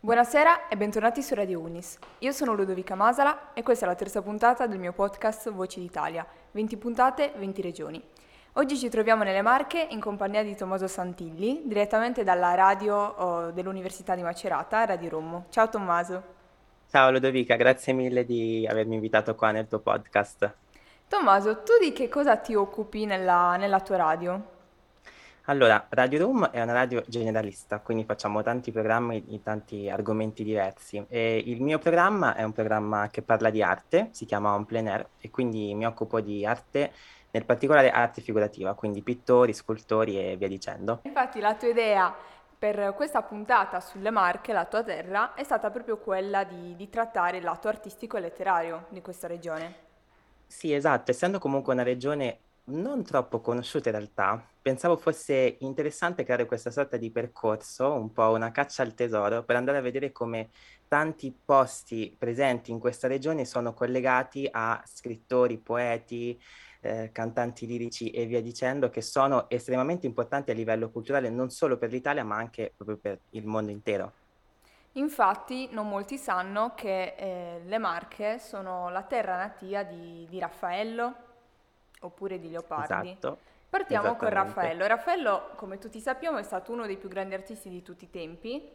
Buonasera e bentornati su Radio Unis. Io sono Ludovica Masala e questa è la terza puntata del mio podcast Voci d'Italia, 20 puntate, 20 regioni. Oggi ci troviamo nelle Marche in compagnia di Tommaso Santilli, direttamente dalla radio dell'Università di Macerata, Radio Rummo. Ciao Tommaso. Ciao Ludovica, grazie mille di avermi invitato qua nel tuo podcast. Tommaso, tu di che cosa ti occupi nella tua radio? Allora, Radio Room è una radio generalista, quindi facciamo tanti programmi di tanti argomenti diversi. E il mio programma è un programma che parla di arte, si chiama On Plein Air, e quindi mi occupo di arte, nel particolare arte figurativa, quindi pittori, scultori e via dicendo. Infatti la tua idea per questa puntata sulle Marche, la tua terra, è stata proprio quella di trattare il lato artistico e letterario di questa regione. Sì, esatto, essendo comunque una regione non troppo conosciuta in realtà, pensavo fosse interessante creare questa sorta di percorso, un po' una caccia al tesoro, per andare a vedere come tanti posti presenti in questa regione sono collegati a scrittori, poeti, cantanti lirici e via dicendo, che sono estremamente importanti a livello culturale non solo per l'Italia, ma anche proprio per il mondo intero. Infatti, non molti sanno che le Marche sono la terra natia di Raffaello oppure di Leopardi. Esatto, Partiamo con esattamente. Raffaello. Raffaello, come tutti sappiamo, è stato uno dei più grandi artisti di tutti i tempi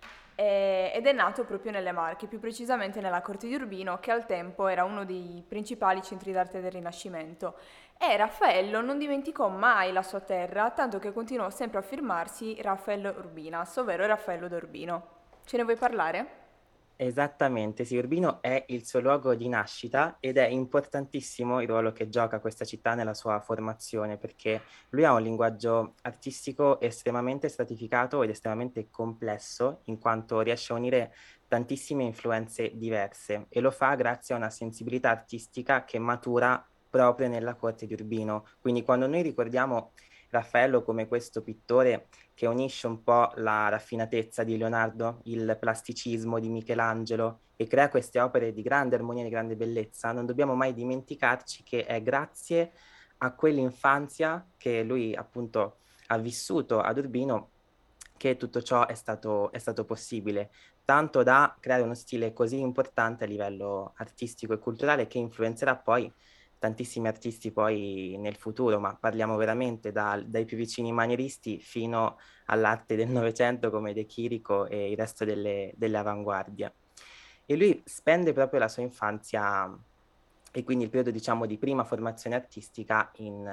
ed è nato proprio nelle Marche, più precisamente nella corte di Urbino, che al tempo era uno dei principali centri d'arte del Rinascimento. E Raffaello non dimenticò mai la sua terra, tanto che continuò sempre a firmarsi Raffaello Urbinas, ovvero Raffaello d'Urbino. Ce ne vuoi parlare? Esattamente, sì, Urbino è il suo luogo di nascita ed è importantissimo il ruolo che gioca questa città nella sua formazione, perché lui ha un linguaggio artistico estremamente stratificato ed estremamente complesso, in quanto riesce a unire tantissime influenze diverse e lo fa grazie a una sensibilità artistica che matura proprio nella corte di Urbino. Quindi quando noi ricordiamo Raffaello come questo pittore che unisce un po' la raffinatezza di Leonardo, il plasticismo di Michelangelo e crea queste opere di grande armonia e di grande bellezza, non dobbiamo mai dimenticarci che è grazie a quell'infanzia che lui appunto ha vissuto ad Urbino che tutto ciò è stato possibile, tanto da creare uno stile così importante a livello artistico e culturale che influenzerà poi tantissimi artisti poi nel futuro, ma parliamo veramente dai più vicini manieristi fino all'arte del Novecento come De Chirico e il resto delle avanguardie. E lui spende proprio la sua infanzia e quindi il periodo, diciamo, di prima formazione artistica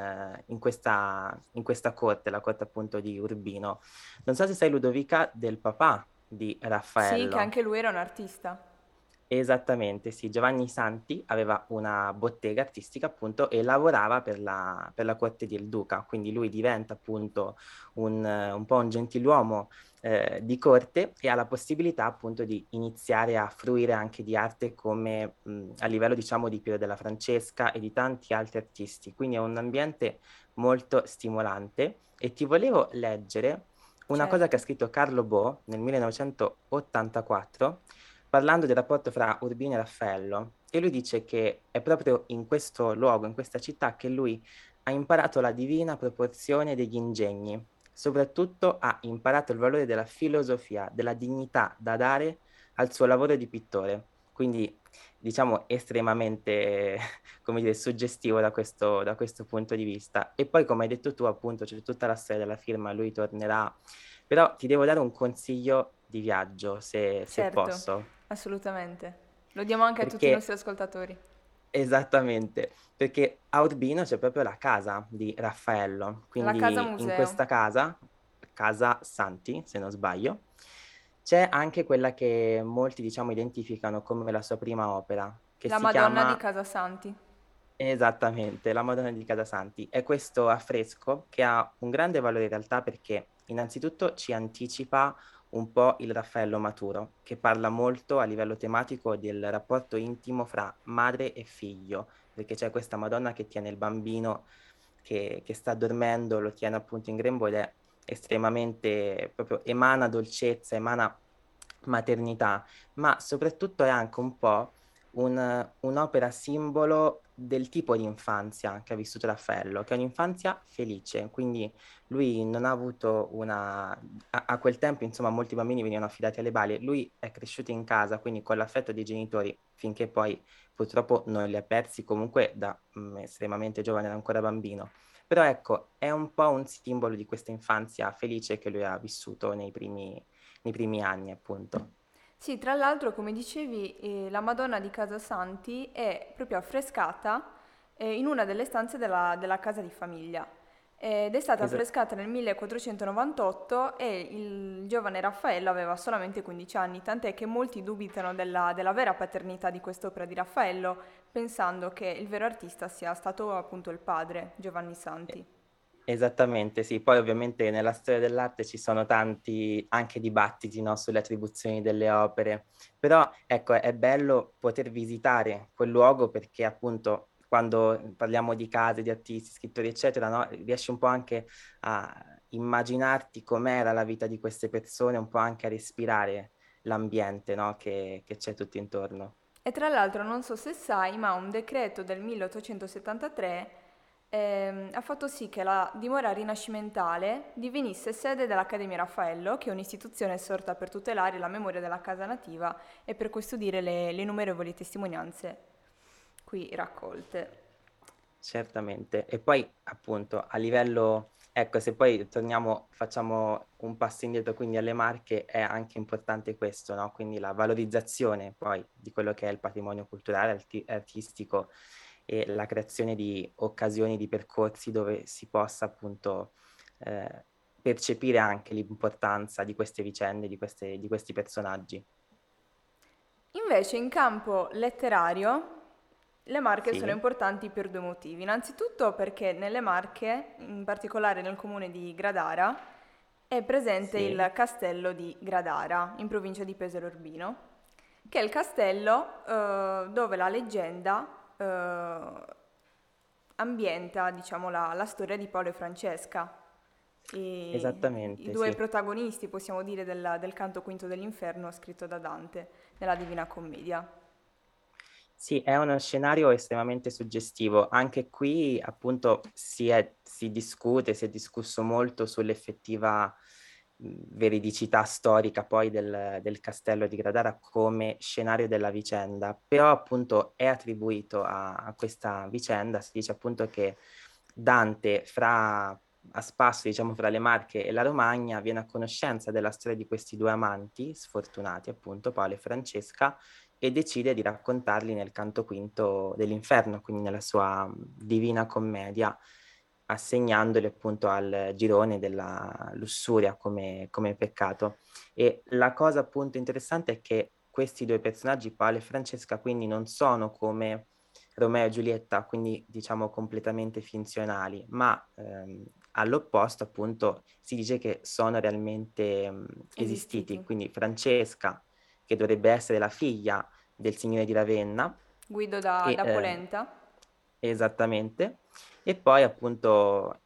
in questa corte, la corte appunto di Urbino. Non so se sai, Ludovica, del papà di Sì, che Raffaello. anche lui era un artista. Esattamente, sì. Giovanni Santi aveva una bottega artistica appunto e lavorava per la corte del Duca, quindi lui diventa appunto un po' un gentiluomo di corte e ha la possibilità appunto di iniziare a fruire anche di arte come a livello diciamo di Piero della Francesca e di tanti altri artisti, quindi è un ambiente molto stimolante e ti volevo leggere una cosa che ha Certo. scritto Carlo Bo nel 1984 parlando del rapporto fra Urbino e Raffaello, e lui dice che è proprio in questo luogo, in questa città, che lui ha imparato la divina proporzione degli ingegni, soprattutto ha imparato il valore della filosofia, della dignità da dare al suo lavoro di pittore. Quindi, diciamo, estremamente, come dire, suggestivo da questo punto di vista. E poi, come hai detto tu, appunto, c'è tutta la storia della firma, lui tornerà. Però ti devo dare un consiglio di viaggio, se Certo, posso. assolutamente. Lo diamo anche a tutti i Perché nostri ascoltatori. esattamente, perché a Urbino c'è proprio la casa di Raffaello, La casa quindi in museo, questa casa, casa Santi, se non sbaglio, c'è anche quella che molti, diciamo, identificano come la sua prima opera, che la si Madonna di chiama Casa Santi. esattamente la Madonna di Cadasanti. È questo affresco che ha un grande valore in realtà perché innanzitutto ci anticipa un po' il Raffaello maturo, che parla molto a livello tematico del rapporto intimo fra madre e figlio, perché c'è questa Madonna che tiene il bambino che sta dormendo, lo tiene appunto in grembo ed è estremamente proprio emana dolcezza, emana maternità, ma soprattutto è anche un po' un'opera simbolo del tipo di infanzia che ha vissuto Raffaello, che è un'infanzia felice, quindi lui non ha avuto una... A quel tempo, insomma, molti bambini venivano affidati alle balie, lui è cresciuto in casa, quindi con l'affetto dei genitori, finché poi purtroppo non li ha persi, comunque da estremamente giovane, era ancora bambino. Però ecco, è un po' un simbolo di questa infanzia felice che lui ha vissuto nei primi anni, appunto. Sì, tra l'altro, come dicevi, la Madonna di Casa Santi è proprio affrescata in una delle stanze della casa di famiglia. Ed è stata Esa- affrescata nel 1498 e il giovane Raffaello aveva solamente 15 anni, tant'è che molti dubitano della vera paternità di quest'opera di Raffaello, pensando che il vero artista sia stato appunto il padre, Giovanni Santi. Esattamente, sì. Poi ovviamente nella storia dell'arte ci sono tanti anche dibattiti, no, sulle attribuzioni delle opere, però ecco, è bello poter visitare quel luogo perché appunto quando parliamo di case, di artisti, scrittori, eccetera, no, riesci un po' anche a immaginarti com'era la vita di queste persone, un po' anche a respirare l'ambiente, no, che c'è tutto intorno. E tra l'altro non so se sai, ma un decreto del 1873 ha fatto sì che la dimora rinascimentale divenisse sede dell'Accademia Raffaello, che è un'istituzione sorta per tutelare la memoria della casa nativa e per custodire le innumerevoli testimonianze qui raccolte. Certamente. E poi appunto a livello, ecco, se poi torniamo, facciamo un passo indietro, quindi alle Marche è anche importante questo, no? Quindi la valorizzazione poi di quello che è il patrimonio culturale, artistico e la creazione di occasioni, di percorsi dove si possa appunto percepire anche l'importanza di queste vicende, di questi personaggi. Invece in campo letterario le Marche sono Sì, importanti per due motivi. Innanzitutto perché nelle Marche, in particolare nel comune di Gradara, è presente sì, il castello di Gradara, in provincia di Pesaro Urbino, che è il castello dove la leggenda ambienta, diciamo, la storia di Paolo e Francesca, i esattamente, due sì. protagonisti, possiamo dire, del canto quinto dell'inferno scritto da Dante nella Divina Commedia. Sì, è uno scenario estremamente suggestivo. Anche qui, appunto, si discute, si è discusso molto sull'effettiva veridicità storica poi del castello di Gradara come scenario della vicenda, però appunto è attribuito a questa vicenda, si dice appunto che Dante a spasso, diciamo, fra le Marche e la Romagna, viene a conoscenza della storia di questi due amanti sfortunati, appunto, Paolo e Francesca, e decide di raccontarli nel canto quinto dell'Inferno, quindi nella sua Divina Commedia, assegnandoli appunto al girone della lussuria come peccato. E la cosa appunto interessante è che questi due personaggi, Paolo e Francesca, quindi non sono come Romeo e Giulietta, quindi diciamo completamente finzionali, ma all'opposto appunto si dice che sono realmente Esistiti. esistiti, quindi Francesca, che dovrebbe essere la figlia del signore di Ravenna, Guido da, e, da Polenta. esattamente, e poi appunto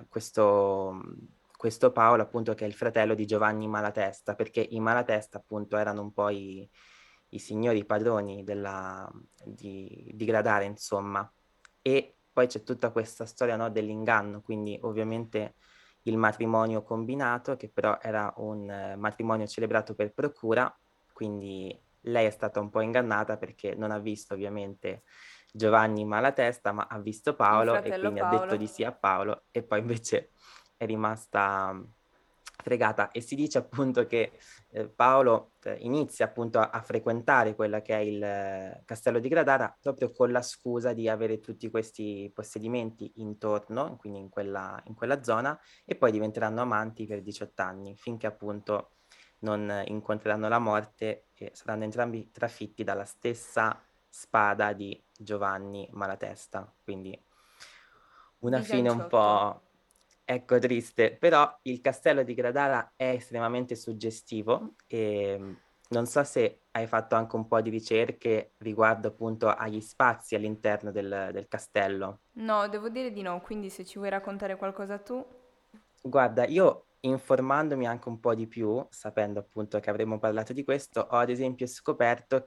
questo Paolo appunto che è il fratello di Giovanni Malatesta, perché i Malatesta appunto erano un po' i signori padroni di Gradare, insomma. E poi c'è tutta questa storia, no, dell'inganno, quindi ovviamente il matrimonio combinato, che però era un matrimonio celebrato per procura, quindi lei è stata un po' ingannata perché non ha visto ovviamente Giovanni Malatesta, ma ha visto Il Paolo e fratello quindi ha detto Paolo. di sì a Paolo e poi invece è rimasta fregata e si dice appunto che Paolo inizia appunto a frequentare quella che è il castello di Gradara proprio con la scusa di avere tutti questi possedimenti intorno, quindi in quella zona, e poi diventeranno amanti per 18 anni, finché appunto non incontreranno la morte e saranno entrambi trafitti dalla stessa spada di Giovanni Malatesta. Quindi una Di fine un Gianciotto. po', ecco, triste, però il castello di Gradara è estremamente suggestivo e non so se hai fatto anche un po' di ricerche riguardo appunto agli spazi all'interno del castello. No, devo dire di no, quindi se ci vuoi raccontare qualcosa tu. Guarda, io informandomi anche un po' di più, sapendo appunto che avremmo parlato di questo, ho ad esempio scoperto che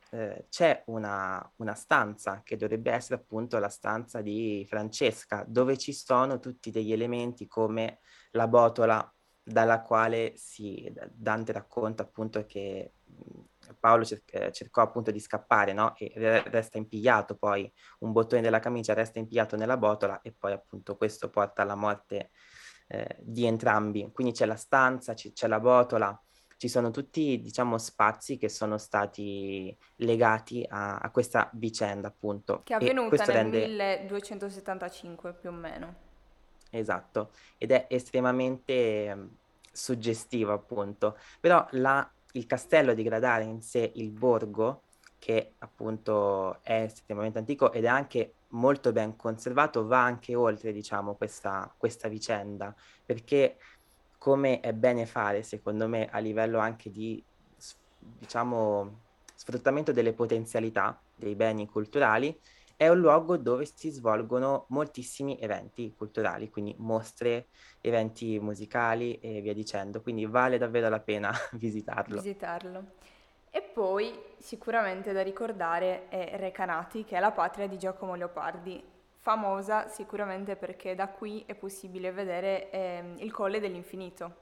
c'è una stanza che dovrebbe essere appunto la stanza di Francesca, dove ci sono tutti degli elementi come la botola dalla quale Dante racconta appunto che Paolo cercò appunto di scappare, no? E resta impigliato poi, un bottone della camicia resta impigliato nella botola e poi appunto questo porta alla morte di entrambi. Quindi c'è la stanza, c'è la botola, ci sono tutti, diciamo, spazi che sono stati legati a questa vicenda, appunto. Che è E avvenuta questo nel rende 1275 più o meno. esatto, ed è estremamente suggestivo, appunto. Però il castello di Gradare in sé, il borgo, che appunto è estremamente antico ed è anche molto ben conservato, va anche oltre, diciamo, questa vicenda, perché come è bene fare, secondo me, a livello anche di, diciamo, sfruttamento delle potenzialità dei beni culturali, è un luogo dove si svolgono moltissimi eventi culturali, quindi mostre, eventi musicali e via dicendo, quindi vale davvero la pena visitarlo. Visitarlo. E poi sicuramente da ricordare è Recanati, che è la patria di Giacomo Leopardi, famosa sicuramente perché da qui è possibile vedere il Colle dell'Infinito.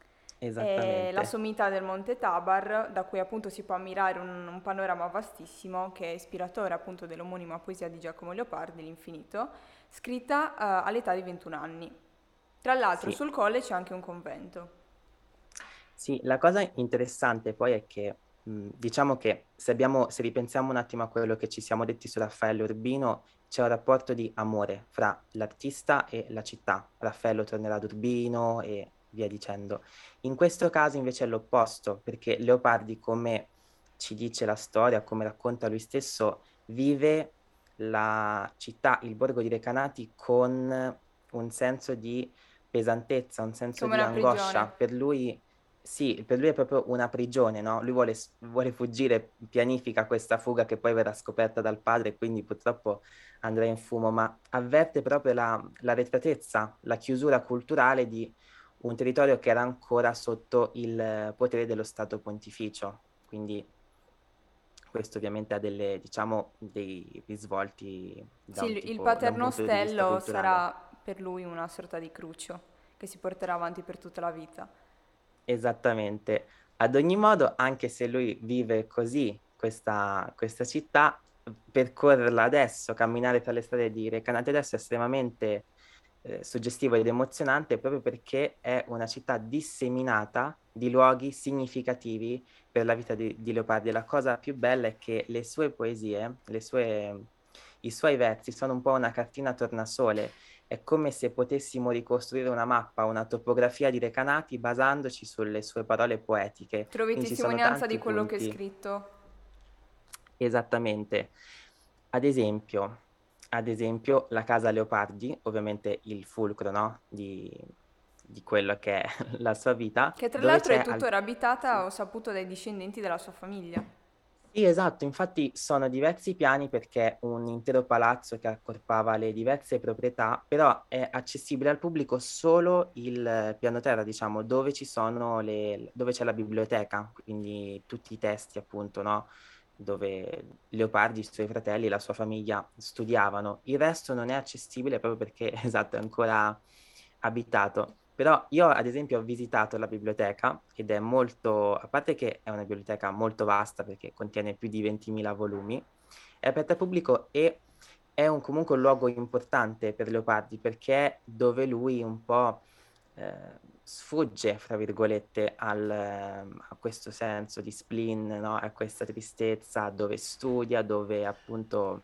È la Esattamente. sommità del Monte Tabar, da cui appunto si può ammirare un panorama vastissimo che è ispiratore appunto dell'omonima poesia di Giacomo Leopardi, L'Infinito, scritta all'età di 21 anni. Tra l'altro Sì, sul colle c'è anche un convento. sì, la cosa interessante poi è che diciamo che se ripensiamo un attimo a quello che ci siamo detti su Raffaello Urbino, c'è un rapporto di amore fra l'artista e la città. Raffaello tornerà ad Urbino e via dicendo. In questo caso invece è l'opposto, perché Leopardi, come ci dice la storia, come racconta lui stesso, vive la città, il borgo di Recanati con un senso di pesantezza, un senso Come di una angoscia. prigione. Per lui sì, per lui è proprio una prigione, no? Lui vuole fuggire, pianifica questa fuga che poi verrà scoperta dal padre e quindi purtroppo andrà in fumo, ma avverte proprio l'arretratezza, la chiusura culturale di un territorio che era ancora sotto il potere dello Stato Pontificio. Quindi questo ovviamente ha diciamo, dei risvolti Sì, il da un punto di vista paternostello culturale. sarà per lui una sorta di crucio che si porterà avanti per tutta la vita. Esattamente. Ad ogni modo, anche se lui vive così questa città, percorrerla adesso, camminare tra le strade di Recanati adesso è estremamente suggestivo ed emozionante proprio perché è una città disseminata di luoghi significativi per la vita di Leopardi. E la cosa più bella è che le sue poesie, i suoi versi sono un po' una cartina tornasole. È come se potessimo ricostruire una mappa, una topografia di Recanati basandoci sulle sue parole poetiche. Trovi Quindi ci sono testimonianza di tanti quello che è punti. scritto? Esattamente. Ad esempio, ad esempio, la casa Leopardi, ovviamente il fulcro, no? Di quello che è la sua vita, Che tra dove l'altro è c'è... tuttora abitata, Sì. ho saputo, dai discendenti della sua famiglia. Sì, esatto, infatti sono diversi piani perché un intero palazzo che accorpava le diverse proprietà, però è accessibile al pubblico solo il piano terra, diciamo, dove dove c'è la biblioteca, quindi tutti i testi, appunto, no? Dove Leopardi, i suoi fratelli e la sua famiglia studiavano. Il resto non è accessibile proprio perché, esatto, è ancora abitato. Però io, ad esempio, ho visitato la biblioteca ed è molto, a parte che è una biblioteca molto vasta perché contiene più di 20.000 volumi, è aperta al pubblico e è comunque un luogo importante per Leopardi perché è dove lui un po' sfugge, fra virgolette, a questo senso di spleen, no? A questa tristezza, dove studia, dove appunto,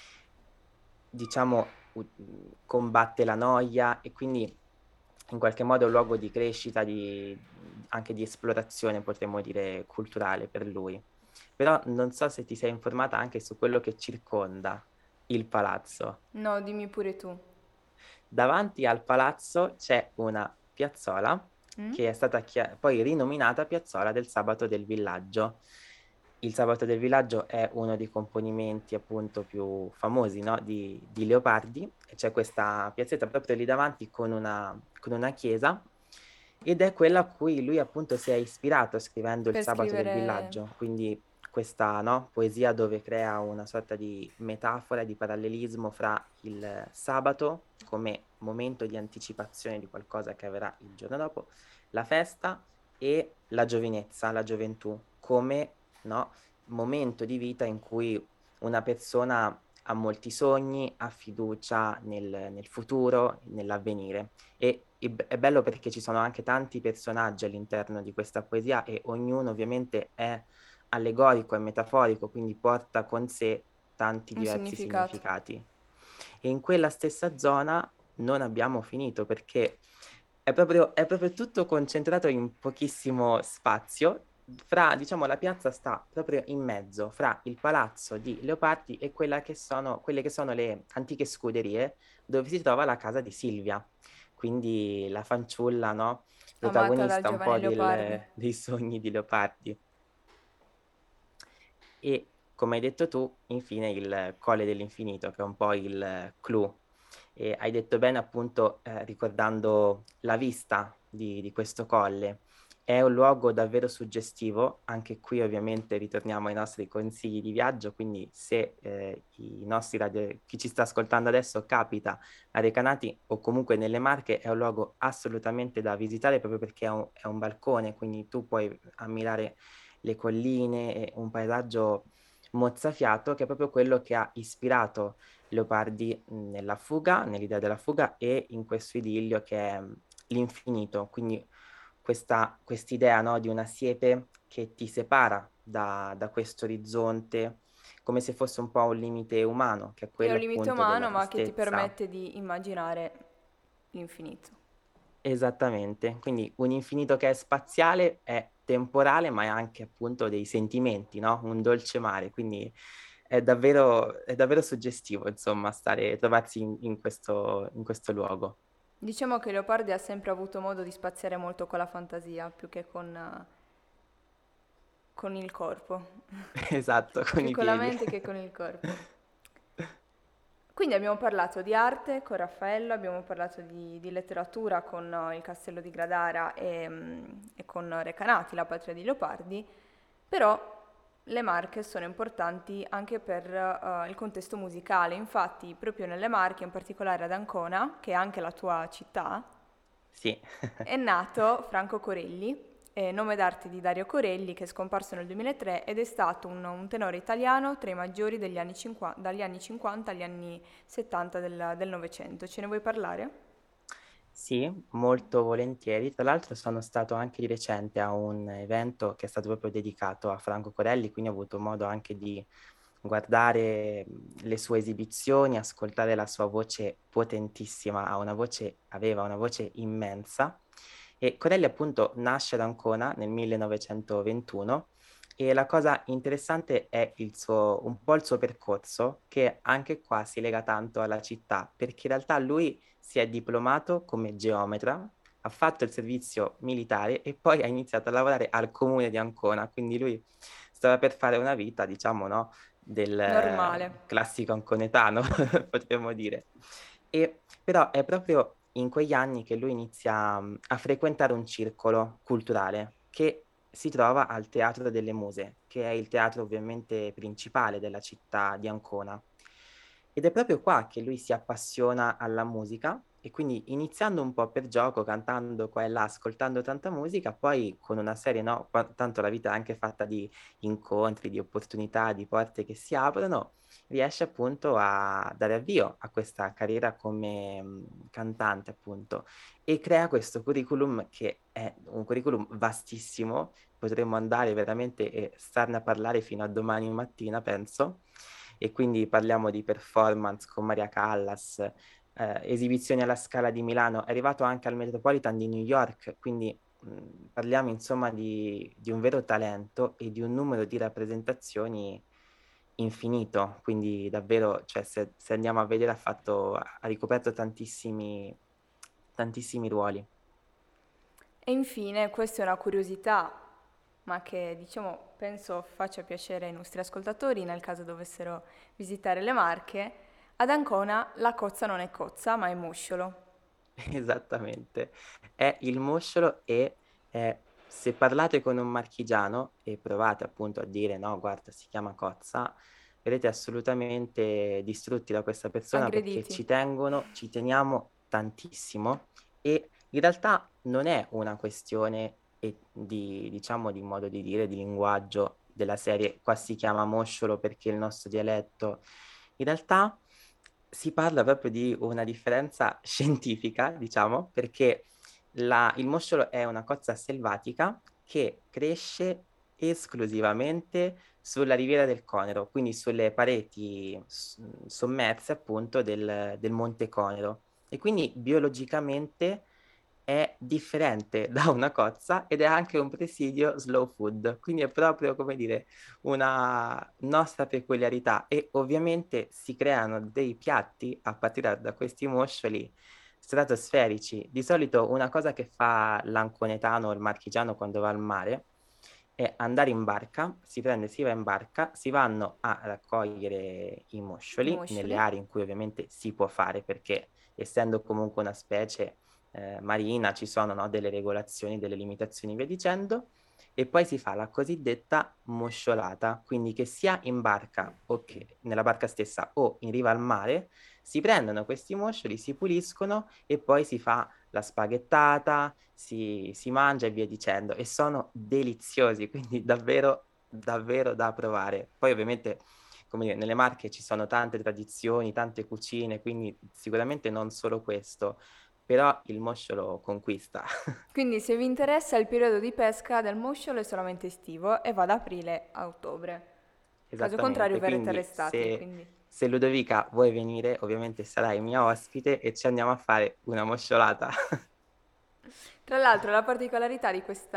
diciamo, combatte la noia e quindi in qualche modo è un luogo di crescita, anche di esplorazione, potremmo dire, culturale per lui. Però non so se ti sei informata anche su quello che circonda il palazzo. No, dimmi pure tu. Davanti al palazzo c'è una piazzola Mm? che è stata poi rinominata Piazzola del Sabato del Villaggio. Il Sabato del Villaggio è uno dei componimenti appunto più famosi, no, di Leopardi. E c'è questa piazzetta proprio lì davanti con una chiesa ed è quella a cui lui appunto si è ispirato scrivendo il Per Sabato del scrivere... Villaggio. Quindi questa, no, poesia dove crea una sorta di metafora, di parallelismo fra il sabato come momento di anticipazione di qualcosa che avverrà il giorno dopo, la festa e la giovinezza, la gioventù, come, no, momento di vita in cui una persona ha molti sogni, ha fiducia nel futuro, nell'avvenire. E è bello perché ci sono anche tanti personaggi all'interno di questa poesia e ognuno ovviamente è allegorico e metaforico, quindi porta con sé tanti Un diversi significato. significati. E in quella stessa zona non abbiamo finito perché è proprio tutto concentrato in pochissimo spazio. Fra, diciamo, la piazza sta proprio in mezzo fra il palazzo di Leopardi e quelle che sono le antiche scuderie dove si trova la casa di Silvia, quindi la fanciulla, no? Amata dal Protagonista un giovane po' Leopardi. dei sogni di Leopardi. E come hai detto tu, infine il Colle dell'Infinito, che è un po' il clou. E hai detto bene appunto ricordando la vista di questo colle. È un luogo davvero suggestivo, anche qui ovviamente ritorniamo ai nostri consigli di viaggio, quindi se chi ci sta ascoltando adesso capita a Recanati o comunque nelle Marche, è un luogo assolutamente da visitare proprio perché è un balcone, quindi tu puoi ammirare le colline e un paesaggio mozzafiato che è proprio quello che ha ispirato Leopardi nella fuga, nell'idea della fuga e in questo idillio che è l'infinito, quindi quest'idea, no, di una siepe che ti separa da questo orizzonte come se fosse un po' un limite umano, che è È un quello limite appunto della umano, ma che ti tristezza. permette di immaginare l'infinito. Esattamente, quindi un infinito che è spaziale, è temporale, ma è anche appunto dei sentimenti, no? Un dolce mare, quindi è davvero suggestivo, insomma, trovarsi in questo luogo. Diciamo che Leopardi ha sempre avuto modo di spaziare molto con la fantasia, più che con il corpo. Esatto, con Più i con la piedi. mente che con il corpo. Quindi abbiamo parlato di arte con Raffaello, abbiamo parlato di letteratura con il Castello di Gradara e con Recanati, la patria di Leopardi, però le Marche sono importanti anche per il contesto musicale. Infatti, proprio nelle Marche, in particolare ad Ancona, che è anche la tua città, Sì. è nato Franco Corelli, nome d'arte di Dario Corelli, che è scomparso nel 2003 ed è stato un tenore italiano tra i maggiori dagli anni 50 agli anni 70 del Novecento. Ce ne vuoi parlare? Sì, molto volentieri. Tra l'altro sono stato anche di recente a un evento che è stato proprio dedicato a Franco Corelli, quindi ho avuto modo anche di guardare le sue esibizioni, ascoltare la sua voce potentissima, aveva una voce immensa. E Corelli appunto nasce ad Ancona nel 1921 e la cosa interessante è un po' il suo percorso, che anche qua si lega tanto alla città, perché in realtà lui si è diplomato come geometra, ha fatto il servizio militare e poi ha iniziato a lavorare al comune di Ancona, quindi lui stava per fare una vita, diciamo, no, del Normale. classico anconetano, potremmo dire. E però è proprio in quegli anni che lui inizia a frequentare un circolo culturale che si trova al Teatro delle Muse, che è il teatro ovviamente principale della città di Ancona. Ed è proprio qua che lui si appassiona alla musica e quindi iniziando un po' per gioco, cantando qua e là, ascoltando tanta musica, poi con una serie, no, tanto la vita è anche fatta di incontri, di opportunità, di porte che si aprono, riesce appunto a dare avvio a questa carriera come cantante, appunto, e crea questo curriculum che è un curriculum vastissimo, potremmo andare veramente e starne a parlare fino a domani mattina, penso. E quindi parliamo di performance con Maria Callas, esibizioni alla Scala di Milano, è arrivato anche al Metropolitan di New York, quindi parliamo insomma di un vero talento e di un numero di rappresentazioni infinito, quindi davvero, cioè, se andiamo a vedere ha ricoperto tantissimi ruoli. E infine, questa è una curiosità, ma che diciamo penso faccia piacere ai nostri ascoltatori nel caso dovessero visitare le Marche. Ad Ancona la cozza non è cozza, ma è mosciolo. Esattamente, è il mosciolo e se parlate con un marchigiano e provate appunto a dire no, guarda, si chiama cozza, verrete assolutamente distrutti da questa persona perché Aggrediti. ci teniamo tantissimo e in realtà non è una questione diciamo, di modo di dire, di linguaggio della serie, qua si chiama mosciolo perché è il nostro dialetto. In realtà si parla proprio di una differenza scientifica, diciamo, perché il mosciolo è una cozza selvatica che cresce esclusivamente sulla riviera del Conero, quindi sulle pareti sommerse appunto del Monte Conero. E quindi biologicamente è differente da una cozza ed è anche un presidio slow food, quindi è proprio, come dire, una nostra peculiarità e ovviamente si creano dei piatti a partire da questi moscioli stratosferici. Di solito una cosa che fa l'anconetano o il marchigiano quando va al mare è andare in barca, si va in barca, si vanno a raccogliere i I moscioli nelle moscioli. aree in cui ovviamente si può fare perché essendo comunque una specie marina ci sono, no, delle regolazioni, delle limitazioni, via dicendo, e poi si fa la cosiddetta mosciolata, quindi che sia in barca o che nella barca stessa o in riva al mare, si prendono questi moscioli, si puliscono e poi si fa la spaghettata, si mangia e via dicendo, e sono deliziosi, quindi davvero, davvero da provare. Poi ovviamente come dire, nelle Marche ci sono tante tradizioni, tante cucine, quindi sicuramente non solo questo, però il moscio lo conquista. Quindi se vi interessa il periodo di pesca del mosciolo è solamente estivo e va da aprile a ottobre. Caso contrario Esattamente, verrete quindi arrestati, quindi. se Ludovica vuoi venire, ovviamente sarai mia ospite e ci andiamo a fare una mosciolata. Tra l'altro la particolarità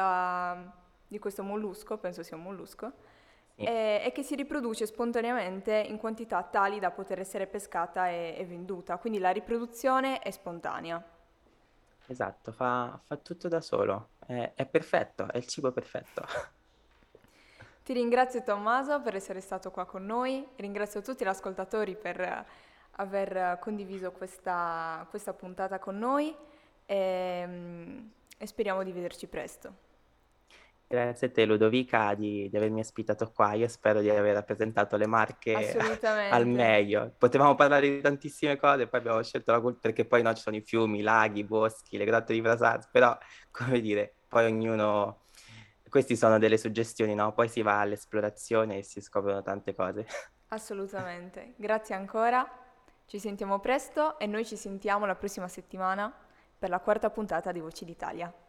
di questo mollusco, penso sia un mollusco, Sì, è che si riproduce spontaneamente in quantità tali da poter essere pescata e venduta, quindi la riproduzione è spontanea. esatto, fa tutto da solo, è perfetto, è il cibo perfetto. Ti ringrazio Tommaso per essere stato qua con noi, ringrazio tutti gli ascoltatori per aver condiviso questa puntata con noi e speriamo di vederci presto. Grazie a te Ludovica di avermi ospitato qua, io spero di aver rappresentato le Marche al Assolutamente, meglio. Potevamo parlare di tantissime cose, poi abbiamo scelto perché poi no, ci sono i fiumi, i laghi, i boschi, le grotte di Frasaz, però come dire, poi ognuno, queste sono delle suggestioni, no? Poi si va all'esplorazione e si scoprono tante cose. assolutamente. Grazie ancora, ci sentiamo presto e noi ci sentiamo la prossima settimana per la quarta puntata di Voci d'Italia.